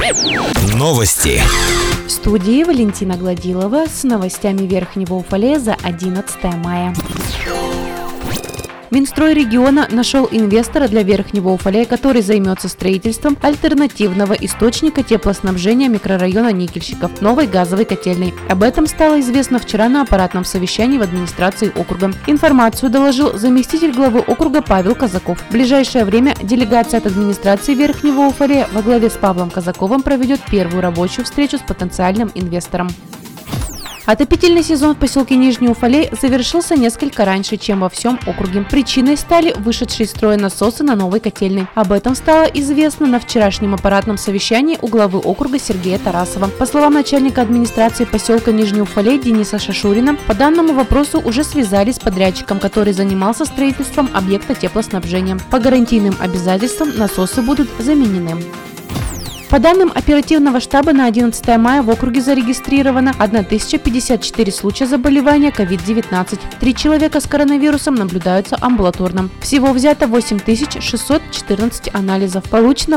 Новости. В студии Валентина Гладилова с новостями Верхнего Уфалея за 11 мая. Минстрой региона нашел инвестора для Верхнего Уфалея, который займется строительством альтернативного источника теплоснабжения микрорайона Никельщиков – новой газовой котельной. Об этом стало известно вчера на аппаратном совещании в администрации округа. Информацию доложил заместитель главы округа Павел Казаков. В ближайшее время делегация от администрации Верхнего Уфалея во главе с Павлом Казаковым проведет первую рабочую встречу с потенциальным инвестором. Отопительный сезон в поселке Нижний Уфалей завершился несколько раньше, чем во всем округе. Причиной стали вышедшие из строя насосы на новой котельной. Об этом стало известно на вчерашнем аппаратном совещании у главы округа Сергея Тарасова. По словам начальника администрации поселка Нижний Уфалей Дениса Шашурина, по данному вопросу уже связались с подрядчиком, который занимался строительством объекта теплоснабжения. По гарантийным обязательствам насосы будут заменены. По данным оперативного штаба, на 11 мая в округе зарегистрировано 1054 случая заболевания COVID-19. 3 человека с коронавирусом наблюдаются амбулаторно. Всего взято 8614 анализов. Получено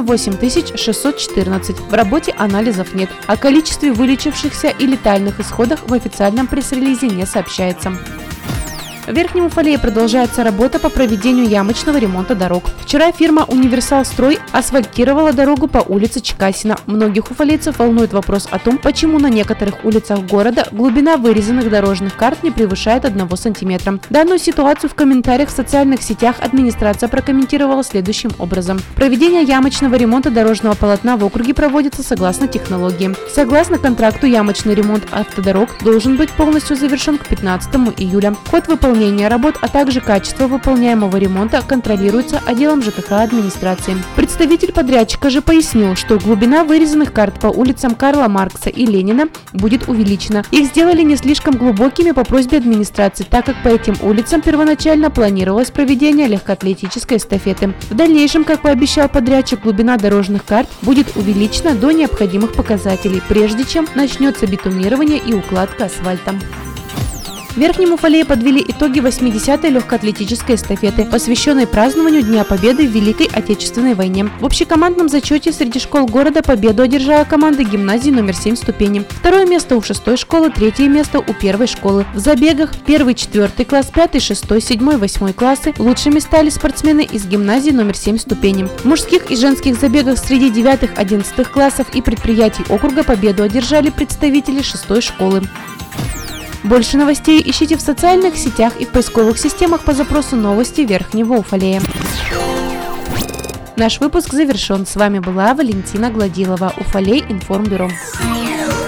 8614. В работе анализов нет. О количестве вылечившихся и летальных исходах в официальном пресс-релизе не сообщается. В Верхнем Уфалее продолжается работа по проведению ямочного ремонта дорог. Вчера фирма «Универсал Строй» асфальтировала дорогу по улице Чекасина. Многих уфалейцев волнует вопрос о том, почему на некоторых улицах города глубина вырезанных дорожных карт не превышает 1 см. Данную ситуацию в комментариях в социальных сетях администрация прокомментировала следующим образом. Проведение ямочного ремонта дорожного полотна в округе проводится согласно технологии. Согласно контракту, ямочный ремонт автодорог должен быть полностью завершен к 15 июля. Ход выполнения работ, а также качество выполняемого ремонта контролируется отделом ЖКХ администрации. Представитель подрядчика же пояснил, что глубина вырезанных карт по улицам Карла Маркса и Ленина будет увеличена. Их сделали не слишком глубокими по просьбе администрации, так как по этим улицам первоначально планировалось проведение легкоатлетической эстафеты. В дальнейшем, как пообещал подрядчик, глубина дорожных карт будет увеличена до необходимых показателей, прежде чем начнется битумирование и укладка асфальта. В Верхнем Уфалее подвели итоги 80-й легкоатлетической эстафеты, посвященной празднованию Дня Победы в Великой Отечественной войне. В общекомандном зачете среди школ города победу одержала команда гимназии номер 7 ступени. Второе место у 6-й школы, третье место у 1-й школы. В забегах 1-4 класс, 5-й, 6-й, 7-й, 8-й классы лучшими стали спортсмены из гимназии номер 7 ступени. В мужских и женских забегах среди 9-х, 11-х классов и предприятий округа победу одержали представители 6-й школы. Больше новостей ищите в социальных сетях и в поисковых системах по запросу «Новости Верхнего Уфалея». Наш выпуск завершен. С вами была Валентина Гладилова, Уфалей информбюро.